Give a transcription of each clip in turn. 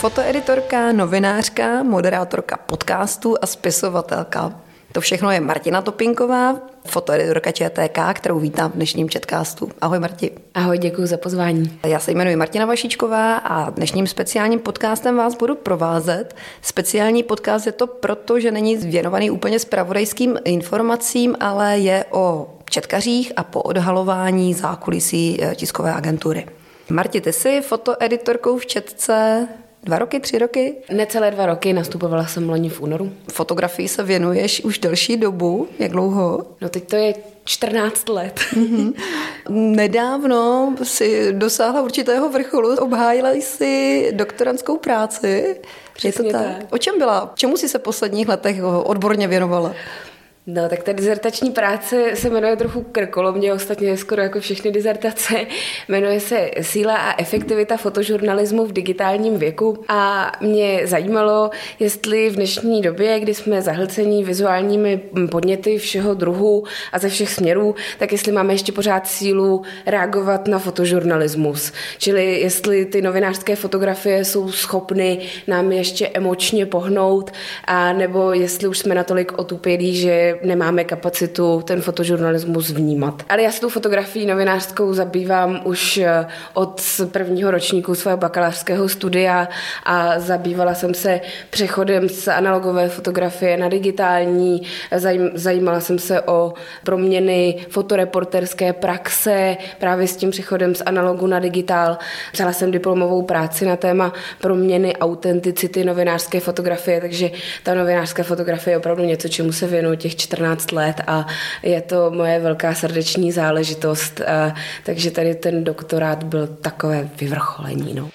Fotoeditorka, novinářka, moderátorka podcastu a spisovatelka. To všechno je Martina Topinková, fotoeditorka ČTK, kterou vítám v dnešním chatcastu. Ahoj Marti. Ahoj, děkuji za pozvání. Já se jmenuji Martina Vašíčková a dnešním speciálním podcastem vás budu provázet. Speciální podcast je to proto, že není věnovaný úplně zpravodajským informacím, ale je o četkařích a po odhalování zákulisí tiskové agentury. Marti, ty jsi fotoeditorkou v Četce 2 roky, 3 roky? Necelé 2 roky, nastupovala jsem loni v únoru. Fotografii se věnuješ už delší dobu. Jak dlouho? No teď to je 14 let. Nedávno si dosáhla určitého vrcholu, obhájila jsi doktorantskou práci. Přesně je to tak? O čem byla? Čemu jsi se v posledních letech odborně věnovala? No, tak ta dizertační práce se jmenuje trochu krkolomně, ostatně skoro jako všechny dizertace. Jmenuje se Síla a efektivita fotožurnalismu v digitálním věku a mě zajímalo, jestli v dnešní době, kdy jsme zahlcení vizuálními podněty všeho druhu a ze všech směrů, tak jestli máme ještě pořád sílu reagovat na fotožurnalismus. Čili jestli ty novinářské fotografie jsou schopny nám ještě emočně pohnout, a nebo jestli už jsme natolik otupělí, že nemáme kapacitu ten fotožurnalismus vnímat. Ale já se tou fotografií novinářskou zabývám už od prvního ročníku svého bakalářského studia a zabývala jsem se přechodem z analogové fotografie na digitální, zajímala jsem se o proměny fotoreporterské praxe právě s tím přechodem z analogu na digitál. Psala jsem diplomovou práci na téma proměny autenticity novinářské fotografie, takže ta novinářská fotografie je opravdu něco, čemu se věnuju těch 14 let a je to moje velká srdeční záležitost, takže tady ten doktorát byl takové vyvrcholení. No.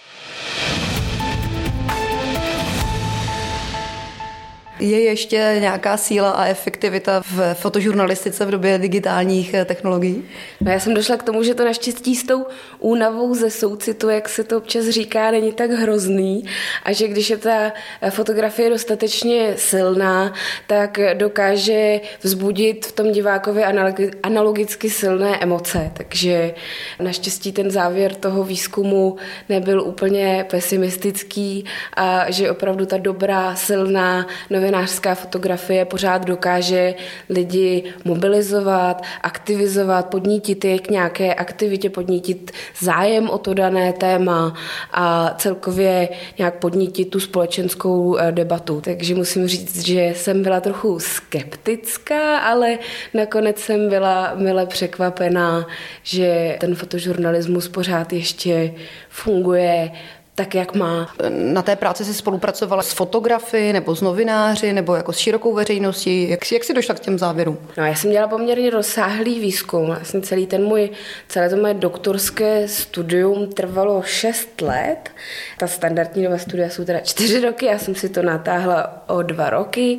Je ještě nějaká síla a efektivita v fotožurnalistice v době digitálních technologií? No já jsem došla k tomu, že to naštěstí s tou únavou ze soucitu, jak se to občas říká, není tak hrozný a že když je ta fotografie dostatečně silná, tak dokáže vzbudit v tom divákovi analogicky silné emoce. Takže naštěstí ten závěr toho výzkumu nebyl úplně pesimistický a že opravdu ta dobrá, silná novinářská fotografie pořád dokáže lidi mobilizovat, aktivizovat, podnítit je k nějaké aktivitě, podnítit zájem o to dané téma a celkově nějak podnítit tu společenskou debatu. Takže musím říct, že jsem byla trochu skeptická, ale nakonec jsem byla mile překvapená, že ten fotožurnalismus pořád ještě funguje tak, jak má. Na té práci jsi spolupracovala s fotografy nebo s novináři nebo jako s širokou veřejností? Jak jsi došla k těm závěrům? No, já jsem dělala poměrně rozsáhlý výzkum. Vlastně celé to moje doktorské studium trvalo 6 let. Ta standardní doba studia jsou teda 4 roky, já jsem si to natáhla o 2 roky.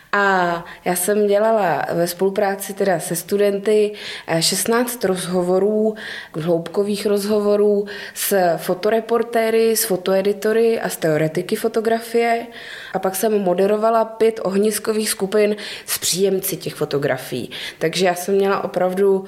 A já jsem dělala ve spolupráci teda se studenty 16 rozhovorů, hloubkových rozhovorů s fotoreportéry, s fotoeditory a s teoretiky fotografie. A pak jsem moderovala 5 ohniskových skupin s příjemci těch fotografií. Takže já jsem měla opravdu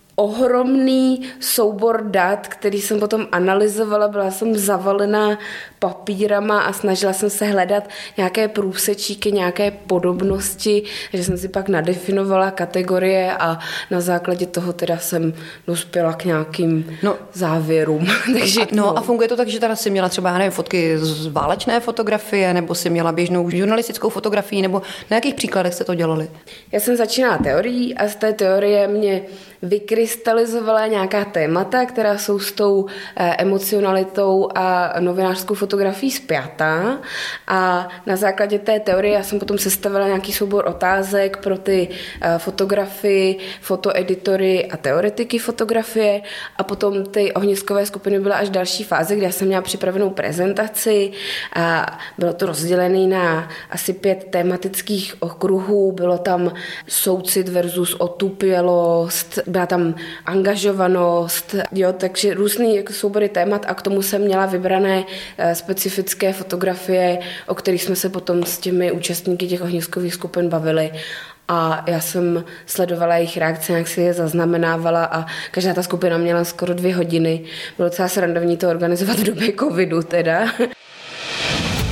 ohromný soubor dat, který jsem potom analyzovala, byla jsem zavalená papírama a snažila jsem se hledat nějaké průsečíky, nějaké podobnosti, že jsem si pak nadefinovala kategorie a na základě toho teda jsem dospěla k nějakým závěrům. Takže, a funguje to tak, že teda jsi měla třeba, já nevím, fotky z válečné fotografie, nebo jsi měla běžnou žurnalistickou fotografii, nebo na jakých příkladech jste to dělali? Já jsem začínala teorií a z té teorie mě vykrystalizovala nějaká témata, která jsou s tou emocionalitou a novinářskou fotografií spjatá. A na základě té teorie já jsem potom sestavila nějaký soubor otázek pro ty fotografy, fotoeditory a teoretiky fotografie. A potom ty ohniskové skupiny byla až další fáze, kde já jsem měla připravenou prezentaci. A bylo to rozdělené na asi 5 tematických okruhů. Bylo tam soucit versus otupělost, byla tam angažovanost, takže různý jako soubory témat a k tomu jsem měla vybrané specifické fotografie, o kterých jsme se potom s těmi účastníky těch ohniskových skupin bavili. A já jsem sledovala jejich reakce, jak si je zaznamenávala a každá ta skupina měla skoro 2 hodiny. Bylo docela srandovní to organizovat v době covidu teda.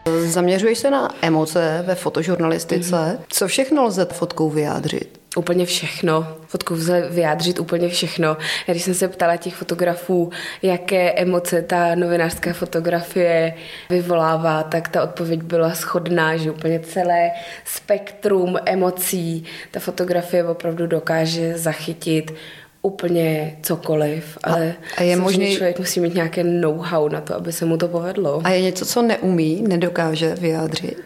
Zaměřuješ se na emoce ve fotožurnalistice. Co všechno lze fotkou vyjádřit? Úplně všechno. Fotkou lze vyjádřit úplně všechno. Když jsem se ptala těch fotografů, jaké emoce ta novinářská fotografie vyvolává, tak ta odpověď byla shodná, že úplně celé spektrum emocí ta fotografie opravdu dokáže zachytit úplně cokoliv, ale a je možný... člověk musí mít nějaké know-how na to, aby se mu to povedlo. A je něco, co neumí, nedokáže vyjádřit?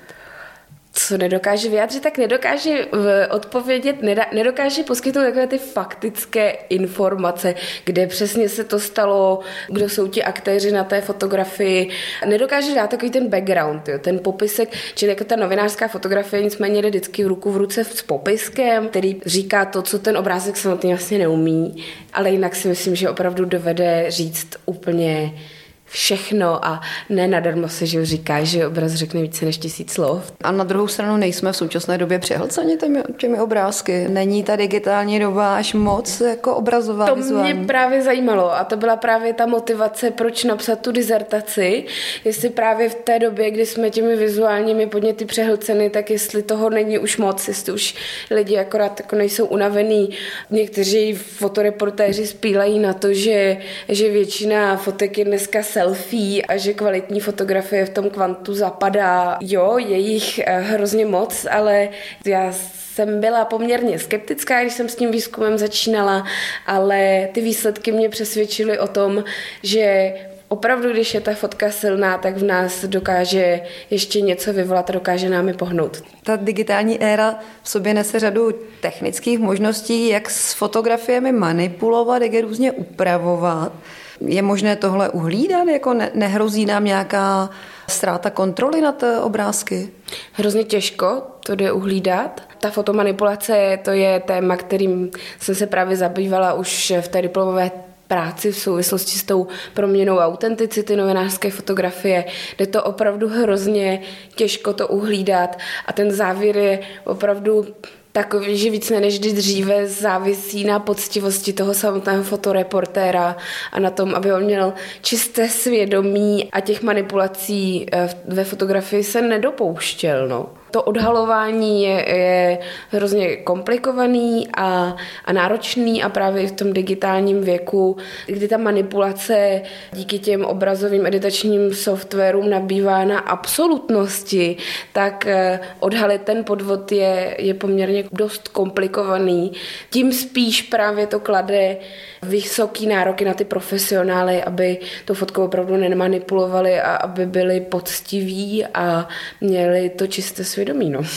Co nedokáže vyjádřit, tak nedokáže odpovědět, nedokáže poskytnout takové ty faktické informace, kde přesně se to stalo, kdo jsou ti aktéři na té fotografii. Nedokáže dát takový ten background, jo, ten popisek, čili jako ta novinářská fotografie nicméně jde vždycky ruku v ruce s popiskem, který říká to, co ten obrázek samotný vlastně neumí, ale jinak si myslím, že opravdu dovede říct úplně všechno a ne nadarmo se, že říká, že obraz řekne více než 1000 slov. A na druhou stranu nejsme v současné době přehlceni těmi obrázky. Není ta digitální doba až moc jako obrazová, to vizuální? Mě právě zajímalo a to byla právě ta motivace, proč napsat tu dizertaci. Jestli právě v té době, kdy jsme těmi vizuálními podněty přehlceni, tak jestli toho není už moc, jestli už lidi akorát jako nejsou unavený. Někteří fotoreportéři spílají na to, že většina fotek je dneska selfie a že kvalitní fotografie v tom kvantu zapadá. Jo, je jich hrozně moc, ale já jsem byla poměrně skeptická, když jsem s tím výzkumem začínala, ale ty výsledky mě přesvědčily o tom, že opravdu, když je ta fotka silná, tak v nás dokáže ještě něco vyvolat a dokáže námi pohnout. Ta digitální éra v sobě nese řadu technických možností, jak s fotografiemi manipulovat, jak je různě upravovat. Je možné tohle uhlídat? Jako nehrozí nám nějaká ztráta kontroly nad obrázky? Hrozně těžko to jde uhlídat. Ta fotomanipulace, to je téma, kterým jsem se právě zabývala už v té diplomové práci v souvislosti s tou proměnou autenticity novinářské fotografie, kde to opravdu hrozně těžko to uhlídat a ten závěr je opravdu takový, že víc než dříve závisí na poctivosti toho samotného fotoreportéra a na tom, aby on měl čisté svědomí a těch manipulací ve fotografii se nedopouštěl. No. To odhalování je hrozně komplikovaný a náročný a právě v tom digitálním věku, kdy ta manipulace díky těm obrazovým editačním softwarům nabývá na absolutnosti, tak odhalit ten podvod je poměrně dost komplikovaný. Tím spíš právě to klade vysoký nároky na ty profesionály, aby tu fotku opravdu nemanipulovali a aby byli poctiví a měli to čisté svědomí. No.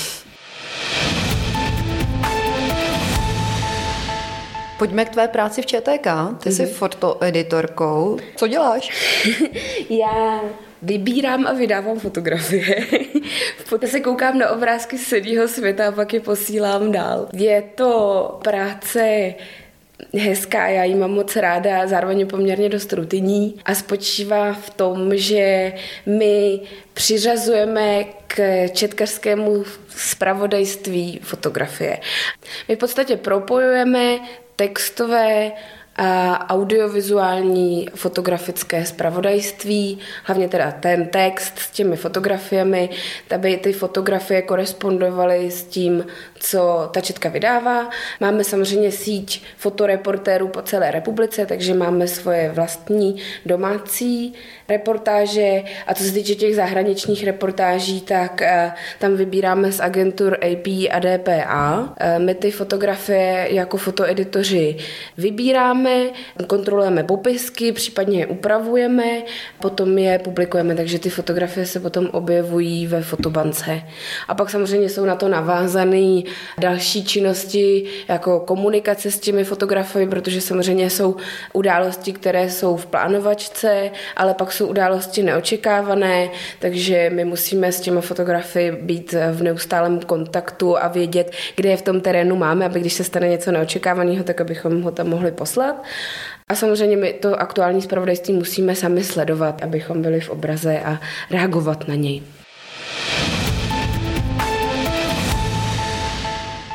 Pojďme k tvé práci v ČTK. Ty jsi fotoeditorkou. Co děláš? Já vybírám a vydávám fotografie. Poté se koukám na obrázky z celého světa a pak je posílám dál. Je to práce hezká, já ji mám moc ráda, zároveň je poměrně dost rutinní a spočívá v tom, že my přiřazujeme k četkařskému zpravodajství fotografie. My v podstatě propojujeme textové a audiovizuální fotografické zpravodajství, hlavně teda ten text s těmi fotografiemi, aby ty fotografie korespondovaly s tím, co ta četka vydává. Máme samozřejmě síť fotoreportérů po celé republice, takže máme svoje vlastní domácí reportáže a co se týče těch zahraničních reportáží, tak tam vybíráme z agentur AP a DPA. My ty fotografie jako fotoeditoři vybíráme, kontrolujeme popisky, případně je upravujeme, potom je publikujeme, takže ty fotografie se potom objevují ve fotobance. A pak samozřejmě jsou na to navázané další činnosti jako komunikace s těmi fotografiemi, protože samozřejmě jsou události, které jsou v plánovačce, ale pak jsou události neočekávané, takže my musíme s těmi fotografy být v neustálém kontaktu a vědět, kde je v tom terénu máme, aby když se stane něco neočekávaného, tak abychom ho tam mohli poslat. A samozřejmě my to aktuální zpravodajství musíme sami sledovat, abychom byli v obraze a reagovat na něj.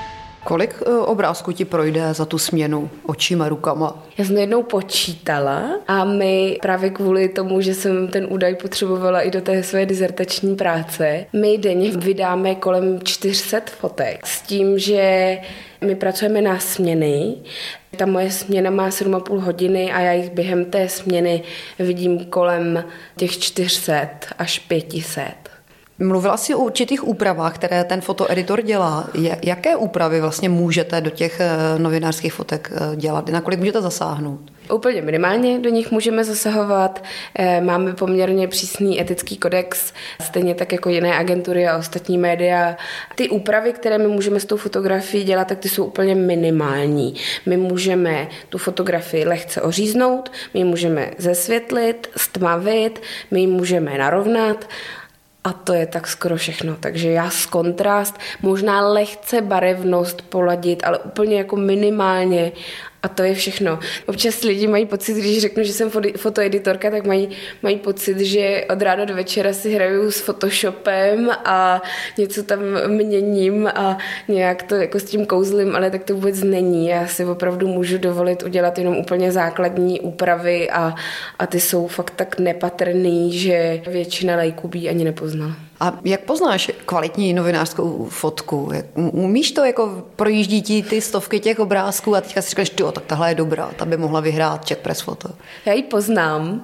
Kolik obrázků ti projde za tu směnu očima, rukama? Já jsem jednou počítala a my právě kvůli tomu, že jsem ten údaj potřebovala i do té své dizertační práce, my denně vydáme kolem 400 fotek s tím, že my pracujeme na směny. Ta moje směna má 7,5 hodiny a já jich během té směny vidím kolem těch 400 až 500. Mluvila jsi o určitých úpravách, které ten fotoeditor dělá. Jaké úpravy vlastně můžete do těch novinářských fotek dělat? Nakolik můžete zasáhnout? Úplně minimálně do nich můžeme zasahovat. Máme poměrně přísný etický kodex, stejně tak jako jiné agentury a ostatní média. Ty úpravy, které my můžeme s tou fotografií dělat, tak ty jsou úplně minimální. My můžeme tu fotografii lehce oříznout, my ji můžeme zesvětlit, stmavit, my ji můžeme narovnat. A to je tak skoro všechno. Takže já kontrast, možná lehce barevnost poladit, ale úplně jako minimálně. A to je všechno. Občas lidi mají pocit, když řeknu, že jsem fotoeditorka, tak mají pocit, že od rána do večera si hraju s Photoshopem a něco tam měním a nějak to jako s tím kouzlím, ale tak to vůbec není. Já si opravdu můžu dovolit udělat jenom úplně základní úpravy a ty jsou fakt tak nepatrný, že většina lajků by ani nepoznala. A jak poznáš kvalitní novinářskou fotku? Umíš to, jako projíždí ti ty stovky těch obrázků a teďka si říkáš, tak tahle je dobrá, ta by mohla vyhrát Czech Press Photo. Já ji poznám,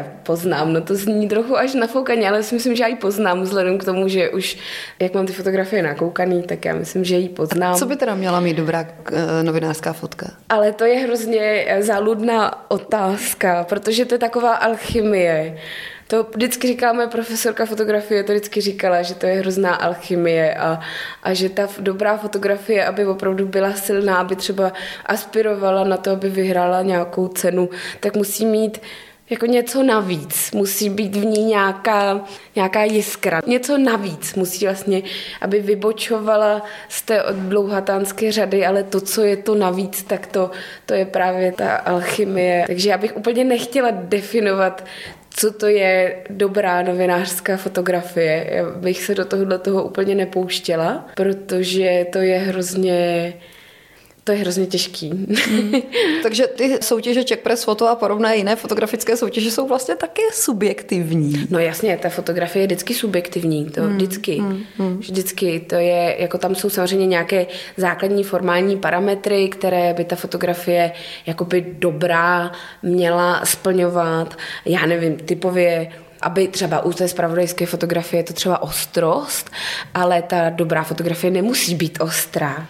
no to zní trochu až nafoukaně, ale si myslím, že já ji poznám vzhledem k tomu, že už jak mám ty fotografie nakoukaný, tak já myslím, že ji poznám. A co by teda měla mít dobrá novinářská fotka? Ale to je hrozně záludná otázka, protože to je taková alchymie. To vždycky říkala moje profesorka fotografie, to vždycky říkala, že to je hrozná alchymie a že ta dobrá fotografie, aby opravdu byla silná, aby třeba aspirovala na to, aby vyhrála nějakou cenu, tak musí mít jako něco navíc, musí být v ní nějaká jiskra. Něco navíc musí vlastně, aby vybočovala z té dlouhatánské řady, ale to, co je to navíc, tak to je právě ta alchymie. Takže já bych úplně nechtěla definovat, co to je dobrá novinářská fotografie. Já bych se do toho úplně nepouštěla, protože to je hrozně těžký. Takže ty soutěže Czech Press Photo a podobné jiné fotografické soutěže jsou vlastně také subjektivní. No jasně, ta fotografie je vždycky subjektivní, to vždycky. Vždycky to je, jako tam jsou samozřejmě nějaké základní formální parametry, které by ta fotografie jakoby dobrá měla splňovat. Já nevím, typově aby třeba u té zpravodajské fotografie je to třeba ostrost, ale ta dobrá fotografie nemusí být ostrá.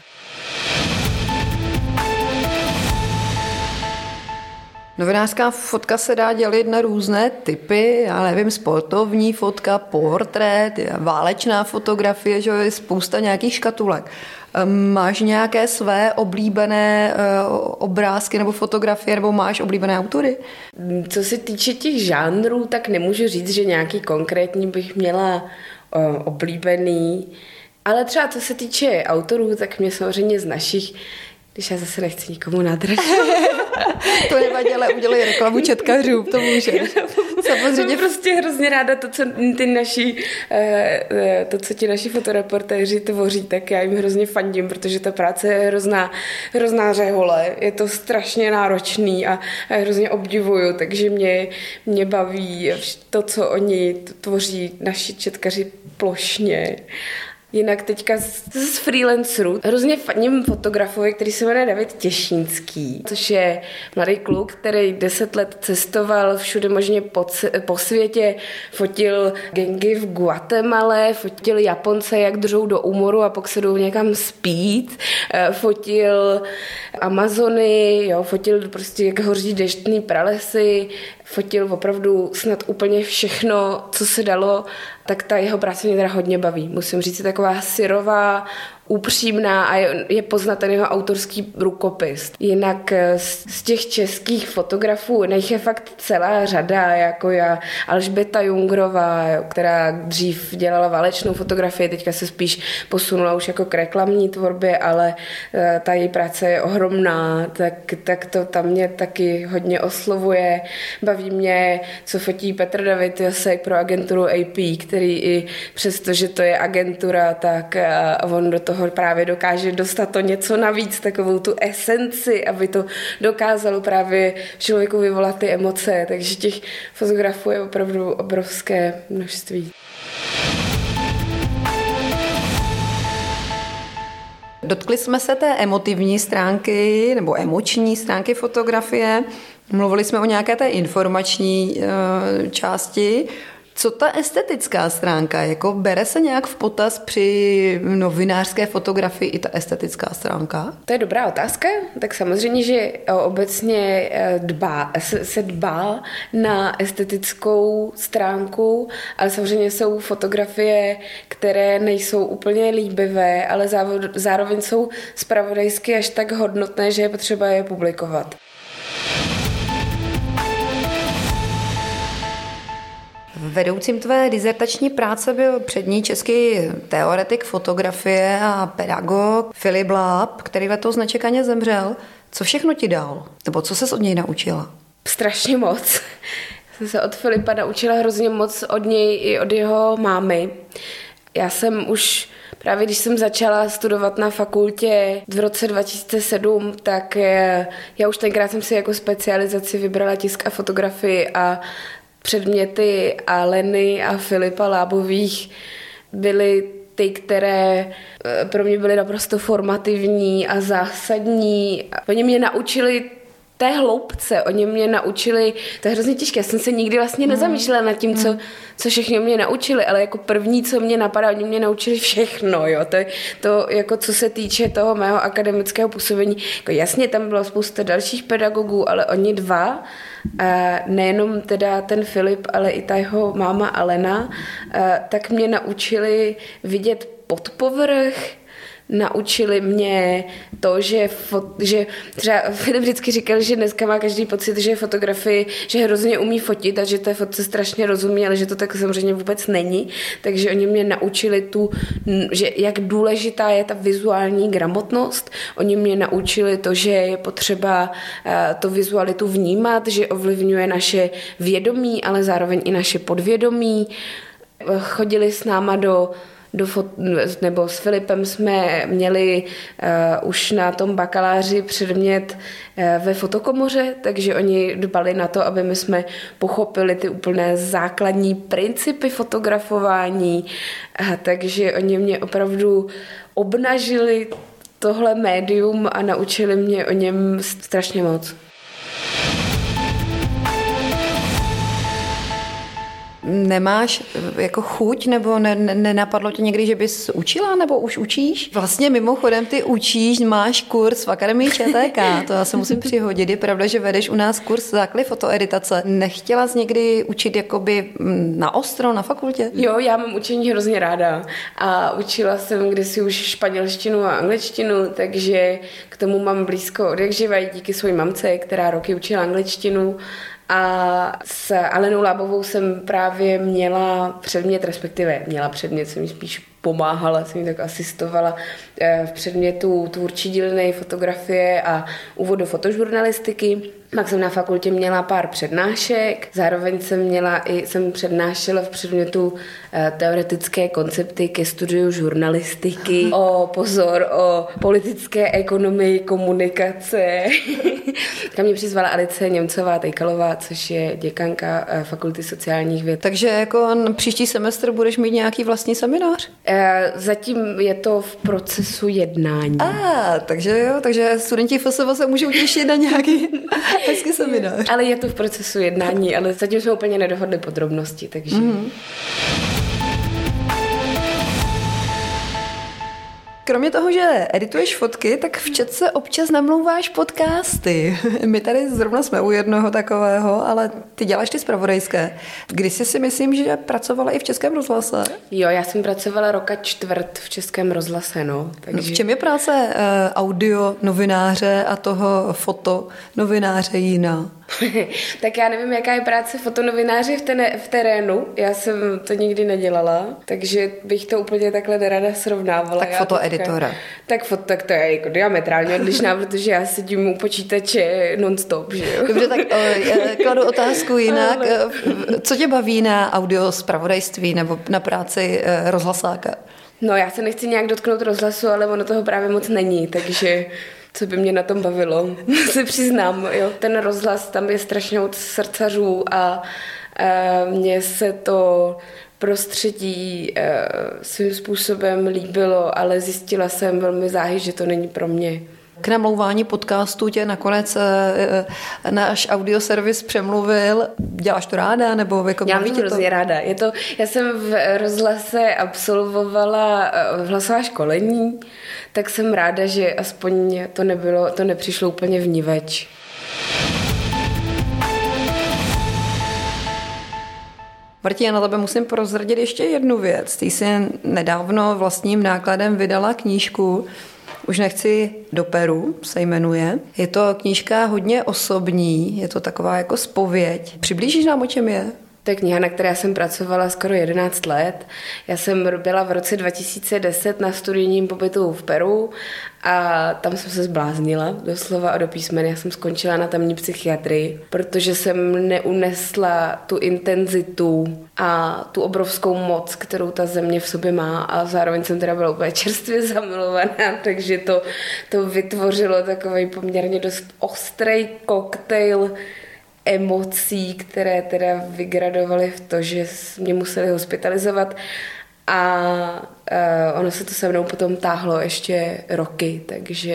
Novinářská fotka se dá dělit na různé typy, já nevím, sportovní fotka, portrét, válečná fotografie, že je spousta nějakých škatulek. Máš nějaké své oblíbené obrázky nebo fotografie, nebo máš oblíbené autory? Co se týče těch žánrů, tak nemůžu říct, že nějaký konkrétní bych měla oblíbený, ale třeba co se týče autorů, tak mě samozřejmě z našich, když já zase nechci nikomu nadržet. To nevadí, ale udělej reklamu četkařů, to můžeš. Samozřejmě prostě hrozně ráda to, co ti naši fotoreportéři tvoří, tak já jim hrozně fandím, protože ta práce je hrozná řehole, je to strašně náročný a hrozně obdivuju, takže mě baví to, co oni tvoří naši četkaři plošně. Jinak teďka z freelancerů hrozně fandím fotografovi, který se jmenuje David Těšínský, což je mladý kluk, který 10 let cestoval všude možně po světě, fotil gangy v Guatemale, fotil Japonce, jak držou do úmoru a pak se jdou někam spít, fotil Amazony, fotil prostě jak hoří deštný pralesy, fotil opravdu snad úplně všechno, co se dalo, tak ta jeho práce mě teda hodně baví. Musím říct, je taková syrová, upřímná a je poznat ten jeho autorský rukopis. Jinak z těch českých fotografů, jich je fakt celá řada, jako Alžběta Jungrová, která dřív dělala válečnou fotografii, teďka se spíš posunula už jako k reklamní tvorbě, ale ta její práce je ohromná, tak to tam mě taky hodně oslovuje. Baví mě, co fotí Petr David Josek pro agenturu AP, který i přesto, že to je agentura, tak on do toho toho právě dokáže dostat to něco navíc, takovou tu esenci, aby to dokázalo právě v člověku vyvolat ty emoce. Takže těch fotografů je opravdu obrovské množství. Dotkli jsme se té emotivní stránky nebo emoční stránky fotografie. Mluvili jsme o nějaké té informační části. Co ta estetická stránka? Jako bere se nějak v potaz při novinářské fotografii i ta estetická stránka? To je dobrá otázka. Tak samozřejmě, že obecně se dbá na estetickou stránku, ale samozřejmě jsou fotografie, které nejsou úplně líbivé, ale zároveň jsou zpravodajsky až tak hodnotné, že je potřeba je publikovat. Vedoucím tvé dizertační práce byl přední český teoretik fotografie a pedagog Filip Láb, který letos nečekaně zemřel. Co všechno ti dal? Nebo co ses od něj naučila? Strašně moc. Jsem se od Filipa naučila hrozně moc od něj i od jeho mámy. Já jsem už právě když jsem začala studovat na fakultě v roce 2007, tak já už tenkrát jsem si jako specializaci vybrala tisk a fotografii a předměty Aleny a Filipa Lábových byly ty, které pro mě byly naprosto formativní a zásadní. Oni mě naučili té hloubce, oni mě naučili, to je hrozně těžké, já jsem se nikdy vlastně nezamýšlela nad tím, co všechno mě naučili, ale jako první, co mě napadá, oni mě naučili všechno, jo, to jako co se týče toho mého akademického působení, jako jasně tam bylo spousta dalších pedagogů, ale oni dva, nejenom teda ten Filip, ale i ta jeho máma Alena, tak mě naučili vidět pod povrch, naučili mě to, že třeba Filip vždycky říkal, že dneska má každý pocit, že fotografii, že hrozně umí fotit a že té fotce strašně rozumí, ale že to tak samozřejmě vůbec není. Takže oni mě naučili že jak důležitá je ta vizuální gramotnost. Oni mě naučili to, že je potřeba to vizualitu vnímat, že ovlivňuje naše vědomí, ale zároveň i naše podvědomí. Chodili s náma nebo s Filipem jsme měli už na tom bakaláři předmět ve fotokomoře, takže oni dbali na to, aby my jsme pochopili ty úplné základní principy fotografování, takže oni mě opravdu obnažili tohle médium a naučili mě o něm strašně moc. Nemáš jako chuť, nebo nenapadlo tě někdy, že bys učila, nebo už učíš? Vlastně mimochodem ty učíš, máš kurz v Akademii ČTK, to já se musím přihodit. Je pravda, že vedeš u nás kurz základy fotoeditace. Nechtěla jsi někdy učit jakoby na ostro, na fakultě? Jo, já mám učení hrozně ráda a učila jsem kdysi už španělštinu a angličtinu, takže k tomu mám blízko od jak živa, díky své mamce, která roky učila angličtinu. A s Alenou Lábovou jsem právě měla předmět, jsem jí spíš pomáhala, jsem jí tak asistovala v předmětu tvůrčí dílny, fotografie a úvod do fotožurnalistiky. Pak jsem na fakultě měla pár přednášek, zároveň jsem přednášela v předmětu teoretické koncepty ke studiu žurnalistiky, o politické ekonomii, komunikace. Kam mě přizvala Alice Němcová-Tejkalová, což je děkanka Fakulty sociálních věd. Takže jako příští semestr budeš mít nějaký vlastní seminář? Zatím je to v procesu jednání. Takže studenti FSV se můžou těšit na nějaký hezký seminář. Ale je to v procesu jednání, ale zatím jsme úplně nedohodli podrobnosti, takže... Kromě toho, že edituješ fotky, tak v četce občas namlouváš podcasty. My tady zrovna jsme u jednoho takového, ale ty děláš ty zpravodajské. Když jsi si myslím, že pracovala i v Českém rozhlase? Jo, já jsem pracovala 1,25 roku v Českém rozhlase, no. Takže... V čem je práce audio novináře a toho foto novináře jiná? Tak já nevím, jaká je práce fotonovináře v terénu. Já jsem to nikdy nedělala, takže bych to úplně takhle nerada srovnávala. Tak fotoeditora. Tak to je jako diametrálně odlišná, protože já sedím u počítače non-stop, že jo? Dobře, tak kladu otázku jinak. Co tě baví na audio zpravodajství nebo na práci rozhlasáka? No, já se nechci nějak dotknout rozhlasu, ale ono toho právě moc není, takže co by mě na tom bavilo, se přiznám. Jo. Ten rozhlas, tam je strašně moc srdcařů a mně se to prostředí svým způsobem líbilo, ale zjistila jsem velmi záhy, že to není pro mě. K namlouvání podcastu tě nakonec náš audioservis přemluvil. Děláš to ráda? Nebo jako já bych hrozně ráda. Já jsem v rozhlase absolvovala hlasová školení, tak jsem ráda, že aspoň to nepřišlo úplně vniveč. Marti, já na tebe musím prozradit ještě jednu věc. Ty jsi nedávno vlastním nákladem vydala knížku Už nechci do Peru, se jmenuje. Je to knížka hodně osobní, je to taková jako zpověď. Přiblížíš nám, o čem je? To je kniha, na které jsem pracovala skoro 11 let. Já jsem byla v roce 2010 na studijním pobytu v Peru a tam jsem se zbláznila, doslova a do písmen. Já jsem skončila na tamní psychiatrii, protože jsem neunesla tu intenzitu a tu obrovskou moc, kterou ta země v sobě má, a zároveň jsem teda byla úplně čerstvě zamilovaná, takže to vytvořilo takový poměrně dost ostrý koktejl emocí, které teda vygradovaly v to, že mě museli hospitalizovat, a ono se to se mnou potom táhlo ještě roky,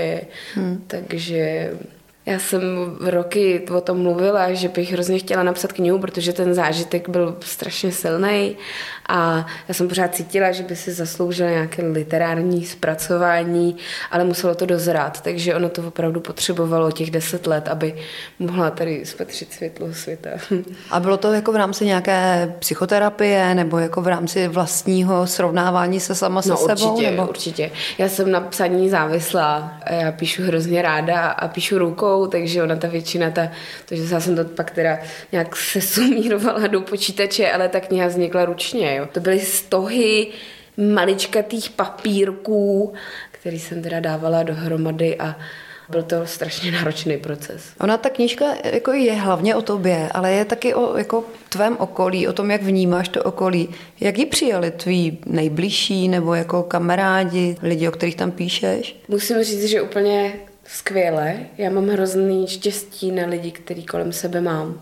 takže já jsem roky o tom mluvila, že bych hrozně chtěla napsat knihu, protože ten zážitek byl strašně silný a já jsem pořád cítila, že by si zasloužila nějaké literární zpracování, ale muselo to dozrát, takže ono to opravdu potřebovalo těch 10 let, aby mohla tady spatřit světlo světa. A bylo to jako v rámci nějaké psychoterapie nebo jako v rámci vlastního srovnávání se sama se sebou? Určitě. Já jsem na psaní závislá. Já píšu hrozně ráda a píšu rukou, takže ona ta většina, takže já jsem to pak teda nějak sesumírovala do počítače, ale ta kniha vznikla ručně. Jo. To byly stohy maličkatých papírků, který jsem teda dávala dohromady a byl to strašně náročný proces. Ona, ta knížka jako je hlavně o tobě, ale je taky o jako tvém okolí, o tom, jak vnímáš to okolí. Jak ji přijali tví nejbližší nebo jako kamarádi, lidi, o kterých tam píšeš? Musím říct, že úplně skvěle. Já mám hrozný štěstí na lidi, který kolem sebe mám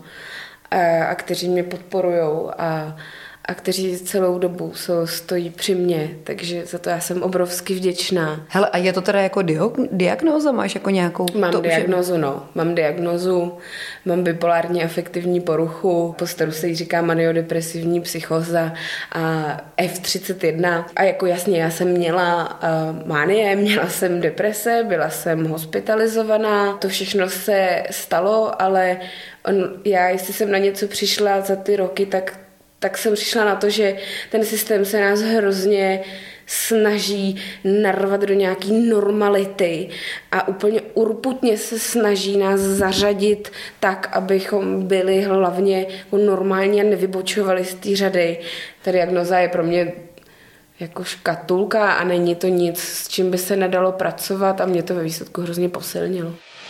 a kteří mě podporujou a kteří celou dobu stojí při mně, takže za to já jsem obrovsky vděčná. Hele, a je to teda jako diagnóza? Máš jako nějakou... Mám diagnózu, mám bipolární afektivní poruchu, po staru se jí říká maniodepresivní psychóza a F31. A jako jasně, já jsem měla mánie, měla jsem deprese, byla jsem hospitalizovaná, to všechno se stalo, ale já, jestli jsem na něco přišla za ty roky, tak jsem přišla na to, že ten systém se nás hrozně snaží narvat do nějaký normality a úplně urputně se snaží nás zařadit tak, abychom byli hlavně normální a nevybočovali z té řady. Ta diagnoza je pro mě jako škatulka a není to nic, s čím by se nedalo pracovat, a mě to ve výsledku hrozně posilnilo.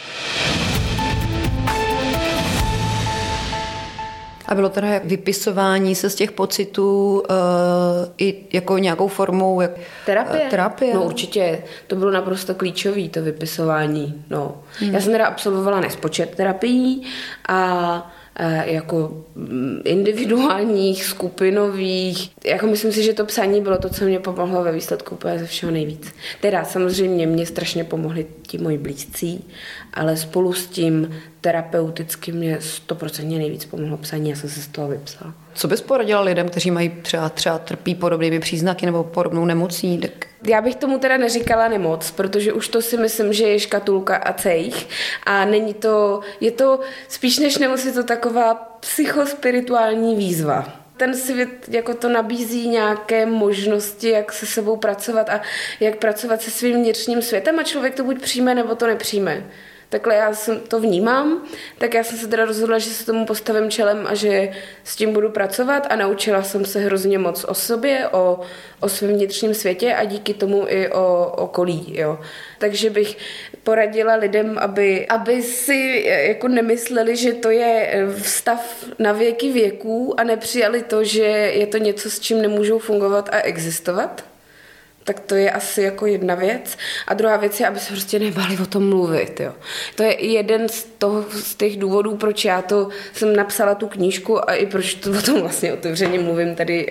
A bylo teda vypisování se z těch pocitů i jako nějakou formou terapie? No určitě, to bylo naprosto klíčové, to vypisování. No. Já jsem teda absolvovala nespočet terapií a jako individuálních, skupinových. Jako myslím si, že to psaní bylo to, co mě pomohlo ve výsledku úplně ze všeho nejvíc. Teda samozřejmě mě strašně pomohli ti moji blízcí, ale spolu s tím terapeuticky mě 100% nejvíc pomohlo psaní, já jsem se z toho vypsala. Co bys poradila lidem, kteří mají třeba trpí podobnými příznaky nebo podobnou nemocí? Já bych tomu teda neříkala nemoc, protože už to si myslím, že je škatulka a cejch a není to, je to spíš než nemoc, je to taková psychospirituální výzva. Ten svět jako to nabízí nějaké možnosti, jak se sebou pracovat a jak pracovat se svým vnitřním světem, a člověk to buď přijme, nebo to nepřijme. Takhle já to vnímám, tak já jsem se teda rozhodla, že se tomu postavím čelem a že s tím budu pracovat, a naučila jsem se hrozně moc o sobě, o svém vnitřním světě a díky tomu i o okolí. Jo. Takže bych poradila lidem, aby si jako nemysleli, že to je stav na věky věků a nepřijali to, že je to něco, s čím nemůžou fungovat a existovat. Tak to je asi jako jedna věc. A druhá věc je, aby se prostě nebáli o tom mluvit. Jo. To je jeden z těch důvodů, proč já to jsem napsala tu knížku a i proč to o tom vlastně otevřeně mluvím tady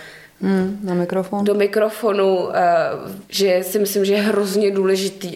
na mikrofon. Do mikrofonu, že si myslím, že je hrozně důležitý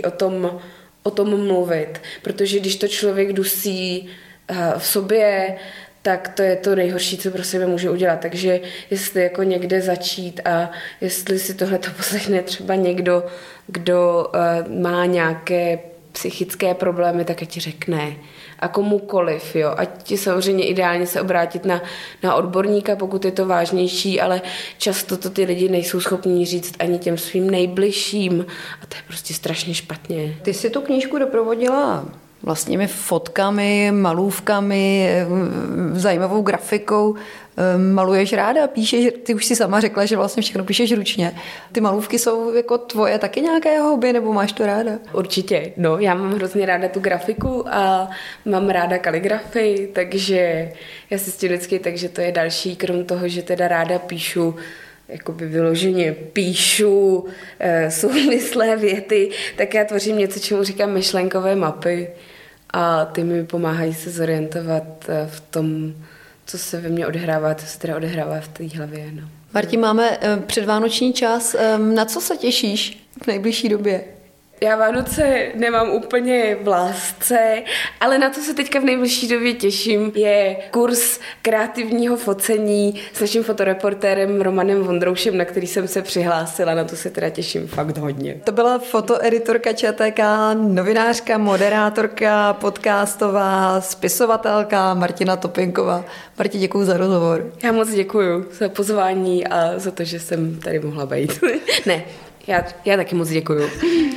o tom mluvit. Protože když to člověk dusí v sobě, tak to je to nejhorší, co pro sebe může udělat. Takže jestli jako někde začít a jestli si tohleto poslechne třeba někdo, kdo má nějaké psychické problémy, tak ať ti řekne. A komukoliv, jo. Ať ti samozřejmě ideálně se obrátit na odborníka, pokud je to vážnější, ale často to ty lidi nejsou schopní říct ani těm svým nejbližším a to je prostě strašně špatně. Ty si tu knížku doprovodila vlastními fotkami, malůvkami, zajímavou grafikou. Maluješ ráda, píšeš, ty už si sama řekla, že vlastně všechno píšeš ručně. Ty malůvky jsou jako tvoje taky nějaké hobby, nebo máš to ráda? Určitě, no, já mám hrozně ráda tu grafiku a mám ráda kaligrafii, takže já si s tím vždycky, takže to je další, krom toho, že teda ráda píšu, jakoby vyloženě píšu souvislé věty, tak já tvořím něco, čemu říkám myšlenkové mapy a ty mi pomáhají se zorientovat v tom, co se ve mně odehrává, co se teda odehrává v té hlavě. No. Marti, máme předvánoční čas. Na co se těšíš v nejbližší době? Já Vánoce nemám úplně v lásce, ale na to se teďka v nejbližší době těším. Je kurz kreativního focení s naším fotoreportérem Romanem Vondroušem, na který jsem se přihlásila. Na to se teda těším fakt hodně. To byla fotoeditorka ČTK, novinářka, moderátorka, podcastová, spisovatelka Martina Topinková. Marti, děkuju za rozhovor. Já moc děkuju za pozvání a za to, že jsem tady mohla být. Ne, já taky moc děkuju.